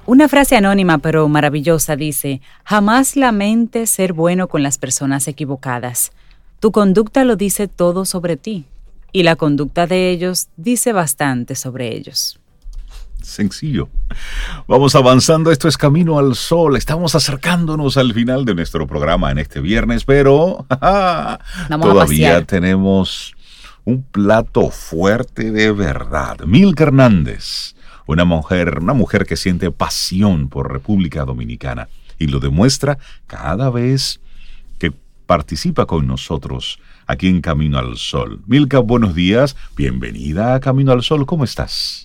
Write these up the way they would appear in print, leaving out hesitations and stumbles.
Una frase anónima pero maravillosa dice: jamás lamentes ser bueno con las personas equivocadas. Tu conducta lo dice todo sobre ti, y la conducta de ellos dice bastante sobre ellos. Sencillo. Vamos avanzando, esto es Camino al Sol. Estamos acercándonos al final de nuestro programa en este viernes, pero todavía tenemos un plato fuerte de verdad. Milka Hernández, una mujer que siente pasión por República Dominicana y lo demuestra cada vez que participa con nosotros aquí en Camino al Sol. Milka, buenos días, bienvenida a Camino al Sol, ¿cómo estás?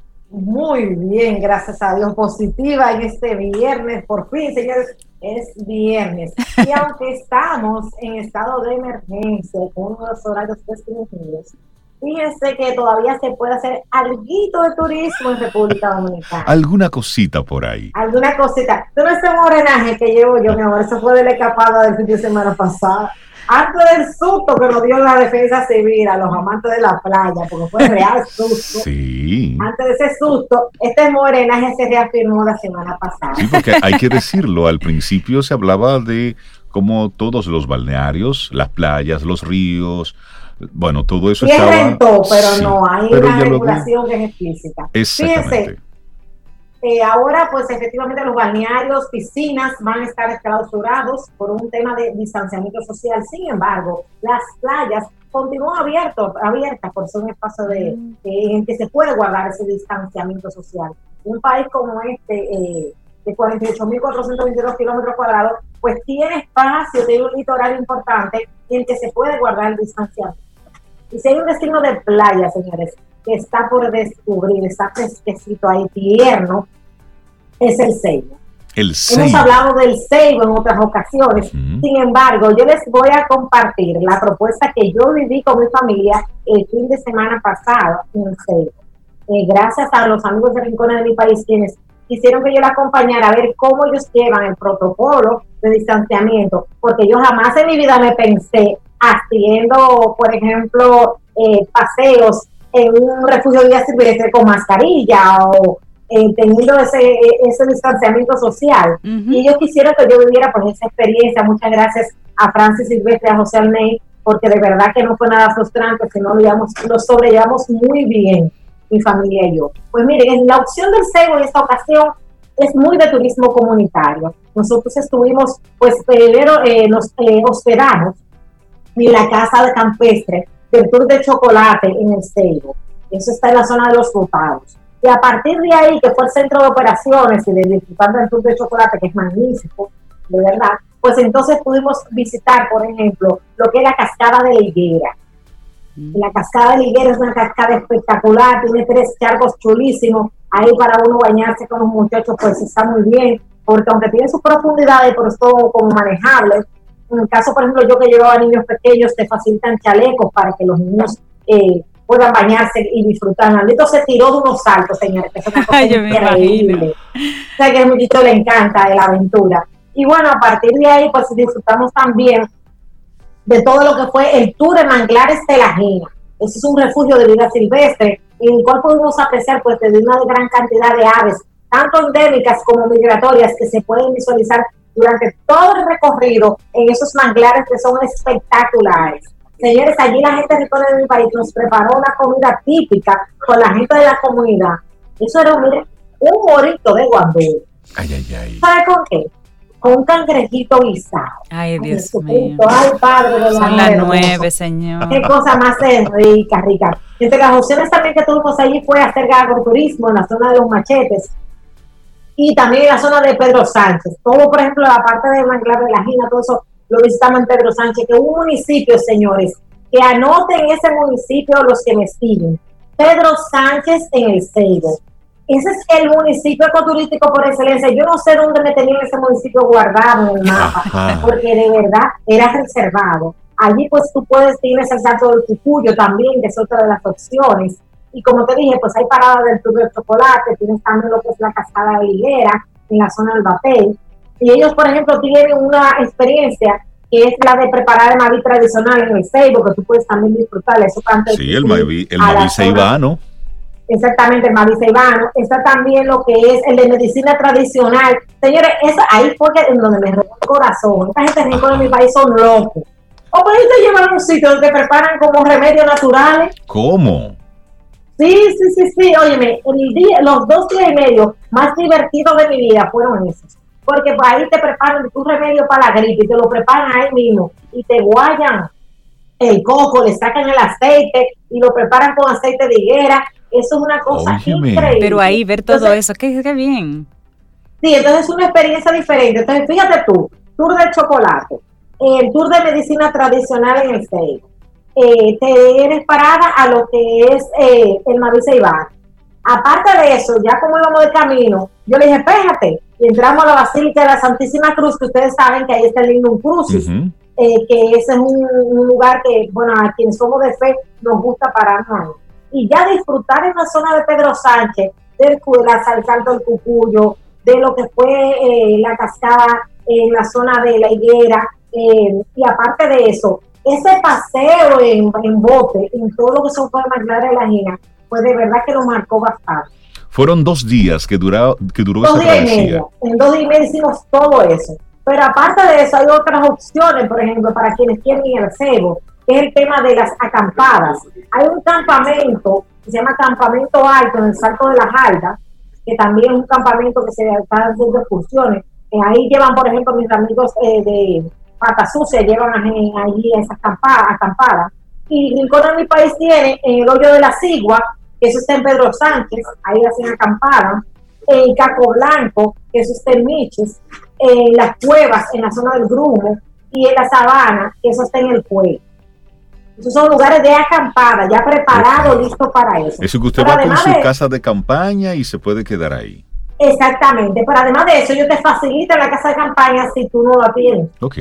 Muy bien, gracias a Dios, positiva en este viernes, por fin, señores, es viernes. Y aunque estamos en estado de emergencia, con unos horarios restringidos, fíjense que todavía se puede hacer alguito de turismo en República Dominicana. Alguna cosita por ahí. Alguna cosita. Todo ese morenaje que llevo yo, mi amor, eso fue de la escapada del fin de semana pasada. Antes del susto que nos dio la defensa civil a los amantes de la playa, porque fue real susto. Sí. Antes de ese susto, este morenaje se reafirmó la semana pasada. Sí, porque hay que decirlo, al principio se hablaba de cómo todos los balnearios, las playas, los ríos, bueno, todo eso estaba... Rentó, pero sí, no, hay una regulación que es explícita. Exactamente. Fíjense, ahora pues efectivamente los balnearios, piscinas van a estar clausurados por un tema de distanciamiento social. Sin embargo, las playas continúan abiertas por ser un espacio en que se puede guardar ese distanciamiento social. Un país como este, de 48.422 kilómetros cuadrados, pues tiene espacio, tiene un litoral importante en el que se puede guardar el distanciamiento. Y si hay un destino de playa, señores, que está por descubrir, está fresquecito ahí, tierno, es el Ceibo. Hemos hablado del Ceibo en otras ocasiones. Sin embargo, yo les voy a compartir la propuesta que yo viví con mi familia el fin de semana pasado en el Ceibo. Gracias a los amigos de Rincones de mi país, quienes quisieron que yo la acompañara a ver cómo ellos llevan el protocolo de distanciamiento, porque yo jamás en mi vida me pensé haciendo, por ejemplo, paseos en un refugio de vida silvestre con mascarilla o teniendo ese distanciamiento social. Y ellos quisieron que yo viviera pues esa experiencia. Muchas gracias a Francis Silvestre y a José Alney, porque de verdad que no fue nada frustrante, sino lo sobrellevamos muy bien, mi familia y yo. Pues miren, la opción del Ceibo en esta ocasión es muy de turismo comunitario. Nosotros estuvimos, pues primero nos hospedamos en la casa de campestre del Tour de Chocolate en el Ceibo. Eso está en la zona de los Rotados. Y a partir de ahí, que fue el centro de operaciones y de disfrutar del Tour de Chocolate, que es magnífico, de verdad, pues entonces pudimos visitar, por ejemplo, lo que es la cascada de la Higuera. La cascada de la Higuera es una cascada espectacular, tiene 3 charcos chulísimos, ahí para uno bañarse con los muchachos, pues está muy bien, porque aunque tiene sus profundidades, pero es todo como manejable. En el caso, por ejemplo, yo que llevaba a niños pequeños, te facilitan chalecos para que los niños puedan bañarse y disfrutar. Nandito se tiró de unos saltos, señores, que es una cosa increíble. O sea, que al muchachito le encanta la aventura. Y bueno, a partir de ahí, pues disfrutamos también de todo lo que fue el tour de Manglares de la Gina. Ese es un refugio de vida silvestre en el cual pudimos apreciar pues de una gran cantidad de aves, tanto endémicas como migratorias, que se pueden visualizar durante todo el recorrido en esos manglares que son espectaculares. Señores, allí la gente de mi país nos preparó una comida típica con la gente de la comunidad. Eso era, miren, un morito de guandú. ¿Sabe con qué? Con un cangrejito guisado. Ay, Dios mío. Ay, padre de la Son las 9, señor. Qué cosa más rica. Entre las opciones también que tuvimos allí fue hacer agroturismo en la zona de los Machetes y también en la zona de Pedro Sánchez. Todo, por ejemplo, la parte de Manglar de la Gina, todo eso lo visitamos en Pedro Sánchez, que es un municipio, señores, que anoten ese municipio los que me siguen. Pedro Sánchez en el Ceibo. Ese es el municipio ecoturístico por excelencia. Yo no sé dónde me tenía ese municipio guardado en el mapa, porque de verdad era reservado. Allí pues tú tienes el Salto del Cucuyo también, que es otra de las opciones. Y como te dije, pues hay parada del Tour del Chocolate, tienes también lo que es la cascada de Higuera, en la zona del Batel. Y ellos, por ejemplo, tienen una experiencia que es la de preparar el maíz tradicional en el Ceibo, que tú puedes también disfrutar. Eso antes sí, el maíz ceibano. Exactamente, el Maviceibano. Está también lo que es el de medicina tradicional. Señores, eso ahí fue donde me robó el corazón. Esta gente rico de mi país son locos. O por ahí te llevan a un sitio donde te preparan como remedios naturales. ¿Cómo? Sí. Óyeme, los 2 días y medio más divertidos de mi vida fueron esos. Porque por ahí te preparan un remedio para la gripe y te lo preparan ahí mismo. Y te guayan el coco, le sacan el aceite y lo preparan con aceite de higuera. Eso es una cosa increíble. Pero ahí ver todo eso, qué bien. Sí, entonces es una experiencia diferente. Entonces fíjate tú, tour del chocolate, el tour de medicina tradicional en el Ceibo. Te eres parada a lo que es el Maviceibano. Aparte de eso, ya como íbamos de camino, yo le dije, espérate, y entramos a la Basílica de la Santísima Cruz, que ustedes saben que ahí está el Lignum Crucis, que ese es un lugar que, bueno, a quienes somos de fe nos gusta pararnos ahí. Y ya disfrutar en la zona de Pedro Sánchez, del Salto del Cucuyo, de lo que fue la cascada en la zona de la Higuera, y aparte de eso, ese paseo en bote, en todo lo que son Puerto Magdalena de la Gina, pues de verdad que nos marcó bastante. Fueron 2 días que duró esa travesía. En 2 días y medio hicimos todo eso. Pero aparte de eso, hay otras opciones, por ejemplo, para quienes quieren ir al Ceibo, que es el tema de las acampadas. Hay un campamento que se llama Campamento Alto en el Salto de la Jalda, que también es un campamento que se está haciendo excursiones. Ahí llevan, por ejemplo, mis amigos de Pata Sucia, llevan allí esas acampadas. Y Rincón de mi país tiene en el Hoyo de la Sigua, que eso está en Pedro Sánchez, ahí hacen acampada, en Caco Blanco, que eso está en Miches, en las cuevas, en la zona del Grumo, y en la Sabana, que eso está en el Pueblo. Esos son lugares de acampada, ya preparados, listos para eso. Eso que usted va con su casa de campaña y se puede quedar ahí. Exactamente, pero además de eso, ellos te facilitan la casa de campaña si tú no la tienes. Ok.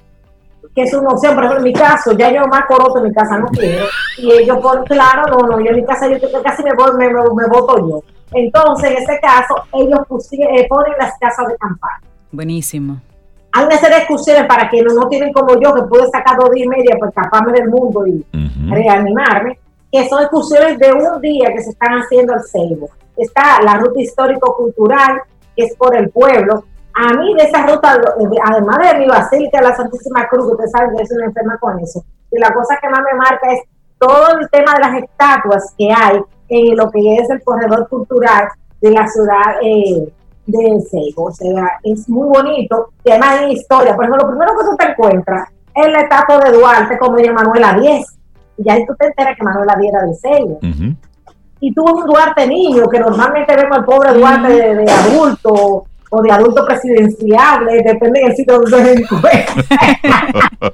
Que es una opción, por ejemplo, en mi caso, ya yo más coroto en mi casa no quiero, y ellos claro, no, yo en mi casa, yo casi me voto yo. Entonces, en ese caso, ellos ponen las casas de campaña. Buenísimo. Hay una serie de excursiones para quienes no tienen como yo, que pude sacar 2 días y medio para escaparme del mundo y reanimarme, que son excursiones de un día que se están haciendo al Ceibo. Está la ruta histórico-cultural, que es por el pueblo. A mí de esa ruta, además de mi Basílica de la Santísima Cruz, que ustedes saben que yo soy una enferma con eso, y la cosa que más me marca es todo el tema de las estatuas que hay en lo que es el corredor cultural de la ciudad del Ceibo. O sea, es muy bonito, y además hay historia. Por ejemplo, lo primero que tú te encuentras es la estatua de Duarte, como de Manuela 10, y ahí tú te enteras que Manuela 10 era del Ceibo. Y tú ves un Duarte niño, que normalmente vemos al pobre Duarte de adulto, o de adulto presidenciable, depende del sitio donde se encuentre.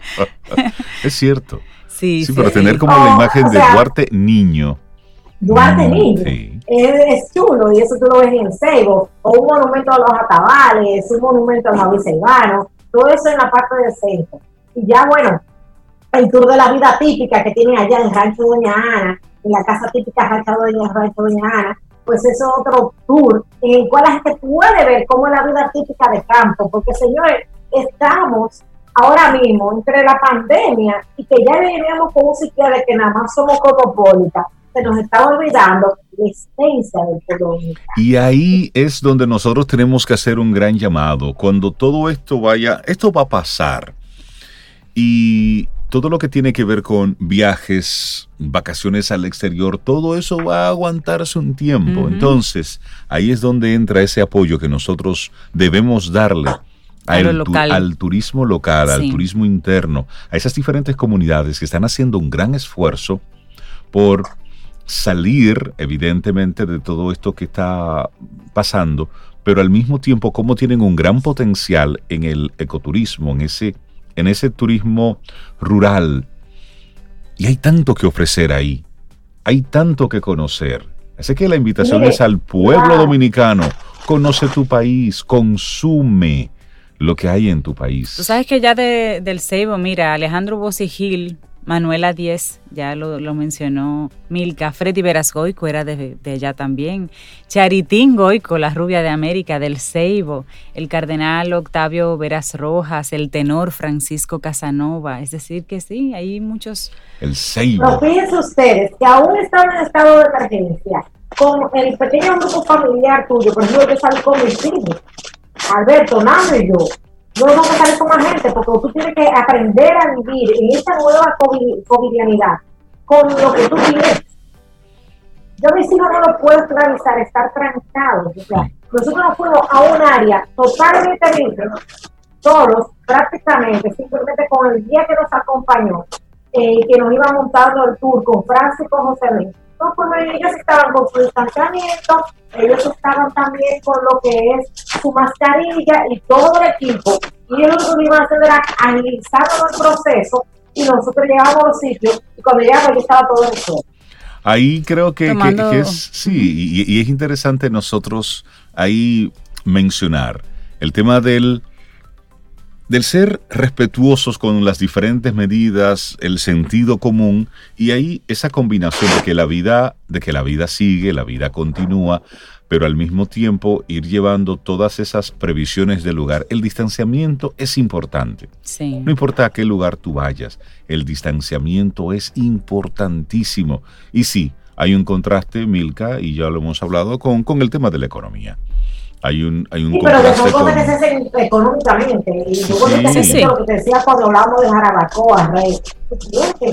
Es cierto. Sí, pero tener como la imagen de Duarte niño. Duarte niño. Sí. Es chulo, y eso tú lo ves en el Ceibo, o un monumento a los Atabales, un monumento a los Maviceibano, todo eso en la parte del centro. Y ya, bueno, el tour de la vida típica que tienen allá en Rancho Doña Ana, en la casa típica Rancho Doña Ana, pues es otro tour en el cual la gente puede ver cómo es la vida típica de campo, porque señores, estamos ahora mismo entre la pandemia y que ya veníamos con un psiquiatra de que nada más somos cosmopolitas, se nos está olvidando la esencia del pueblo dominicano. Y ahí es donde nosotros tenemos que hacer un gran llamado. Cuando todo esto va a pasar, y todo lo que tiene que ver con viajes, vacaciones al exterior, todo eso va a aguantarse un tiempo. Entonces, ahí es donde entra ese apoyo que nosotros debemos darle al turismo local, sí, al turismo interno, a esas diferentes comunidades que están haciendo un gran esfuerzo por salir, evidentemente, de todo esto que está pasando, pero al mismo tiempo como tienen un gran potencial en el ecoturismo, en ese turismo rural. Y hay tanto que ofrecer ahí, hay tanto que conocer. Así que la invitación es al pueblo dominicano: conoce tu país, consume lo que hay en tu país. Tú sabes que ya del Ceibo, mira, Alejandro Bosigil, Manuela 10, ya lo mencionó Milka, Freddy Veras Goico era de allá también, Charitín Goico, la rubia de América, del Ceibo, el cardenal Octavio Veras Rojas, el tenor Francisco Casanova, es decir que sí, hay muchos. El Ceibo. Pero fíjense ustedes que aún están en estado de emergencia, con el pequeño grupo familiar tuyo, por ejemplo, yo salí con mis hijos, Alberto, Nando y yo tengo que salir con más gente, porque tú tienes que aprender a vivir en esta nueva covidianidad con lo que tú tienes. Yo a mis hijos no los puedo esclavizar, estar trancados. O sea, nosotros nos fuimos a un área totalmente libre, solos, prácticamente, simplemente con el guía que nos acompañó, que nos iba montando el tour con Francis y con José Luis. No, pues ellos estaban con su distanciamiento, ellos estaban también con lo que es su mascarilla y todo el equipo. Y ellos lo que iban a hacer era agilizar el proceso y nosotros llegábamos a los sitios y cuando llegamos ya estaba todo en el suelo. Ahí creo que es, sí, y es interesante nosotros ahí mencionar el tema del ser respetuosos con las diferentes medidas, el sentido común, y ahí esa combinación de que la vida sigue, la vida continúa, pero al mismo tiempo ir llevando todas esas previsiones del lugar. El distanciamiento es importante. Sí. No importa a qué lugar tú vayas, el distanciamiento es importantísimo. Y sí, hay un contraste, Milka, y ya lo hemos hablado, con el tema de la economía. Hay un sí, pero que son cosas que se hacen económicamente. Y luego sí. Lo que te decía cuando hablábamos de Jarabacoa, Rey, tú tienes que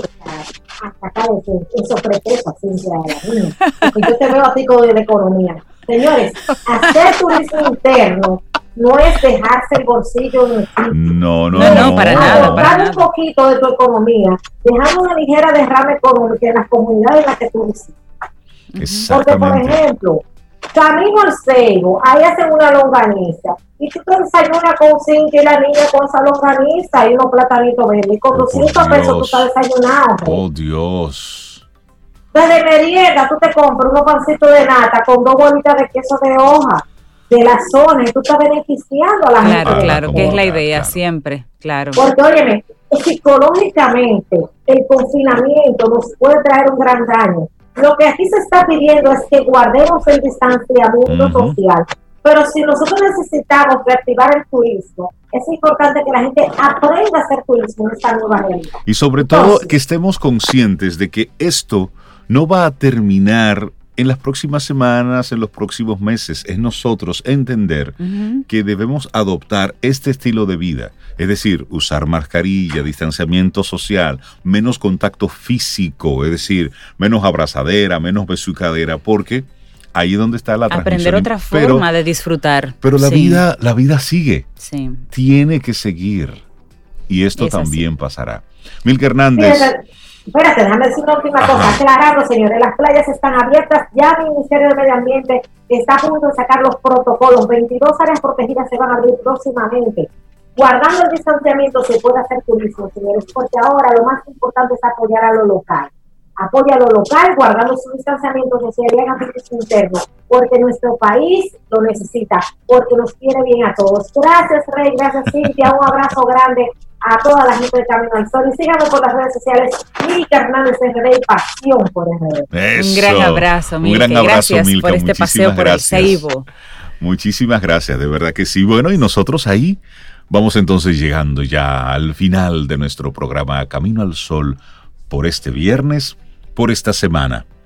a sacar esos pretextos así de la niña. Porque yo te veo a ti con la economía. Señores, hacer turismo interno no es dejarse el bolsillo en el sitio. No, para nada. Ahorrar un poquito de tu economía, dejando una ligera derrama económica en las comunidades en las que tú visitas. Exactamente. Porque, por ejemplo, camino al Ceibo, ahí hacen una longaniza, y tú te desayunas con Cintia y la niña con esa longaniza y unos platanitos verdes, y con 200 pesos tú estás desayunado. Oh, Dios. Desde merienda tú te compras unos pancitos de nata con 2 bolitas de queso de hoja de la zona y tú estás beneficiando a la gente. Claro, que es la idea siempre, claro. Porque, óyeme, psicológicamente el confinamiento nos puede traer un gran daño. Lo que aquí se está pidiendo es que guardemos el distanciamiento social, pero si nosotros necesitamos reactivar el turismo, es importante que la gente aprenda a hacer turismo en esta nueva realidad. Y sobre todo que estemos conscientes de que esto no va a terminar en las próximas semanas, en los próximos meses. Es nosotros entender que debemos adoptar este estilo de vida. Es decir, usar mascarilla, distanciamiento social, menos contacto físico, es decir, menos abrazadera, menos besucadera, porque ahí es donde está la transmisión. Aprender otra forma de disfrutar. Pero la vida sigue. Sí. Tiene que seguir. Y esto también pasará. Milka Hernández. Espérate, déjame decir una última cosa, aclarando, señores, las playas están abiertas, ya el Ministerio de Medio Ambiente está a punto de sacar los protocolos, 22 áreas protegidas se van a abrir próximamente. Guardando el distanciamiento se puede hacer turismo, señores, porque ahora lo más importante es apoyar a lo local. Apoya a lo local, guardando su distanciamiento social y hagan turismo interno, porque nuestro país lo necesita, porque nos quiere bien a todos. Gracias, Rey, gracias, Cintia, un abrazo grande a toda la gente de Camino al Sol. Y síganme por las redes sociales, Milka Hernández RD y Pasión por RD. Un gran abrazo, Milka. Un gran abrazo, gracias Milka. por este paseo por el Ceibo. Muchísimas gracias, de verdad que sí. Bueno, y nosotros ahí vamos entonces llegando ya al final de nuestro programa Camino al Sol por este viernes, por esta semana.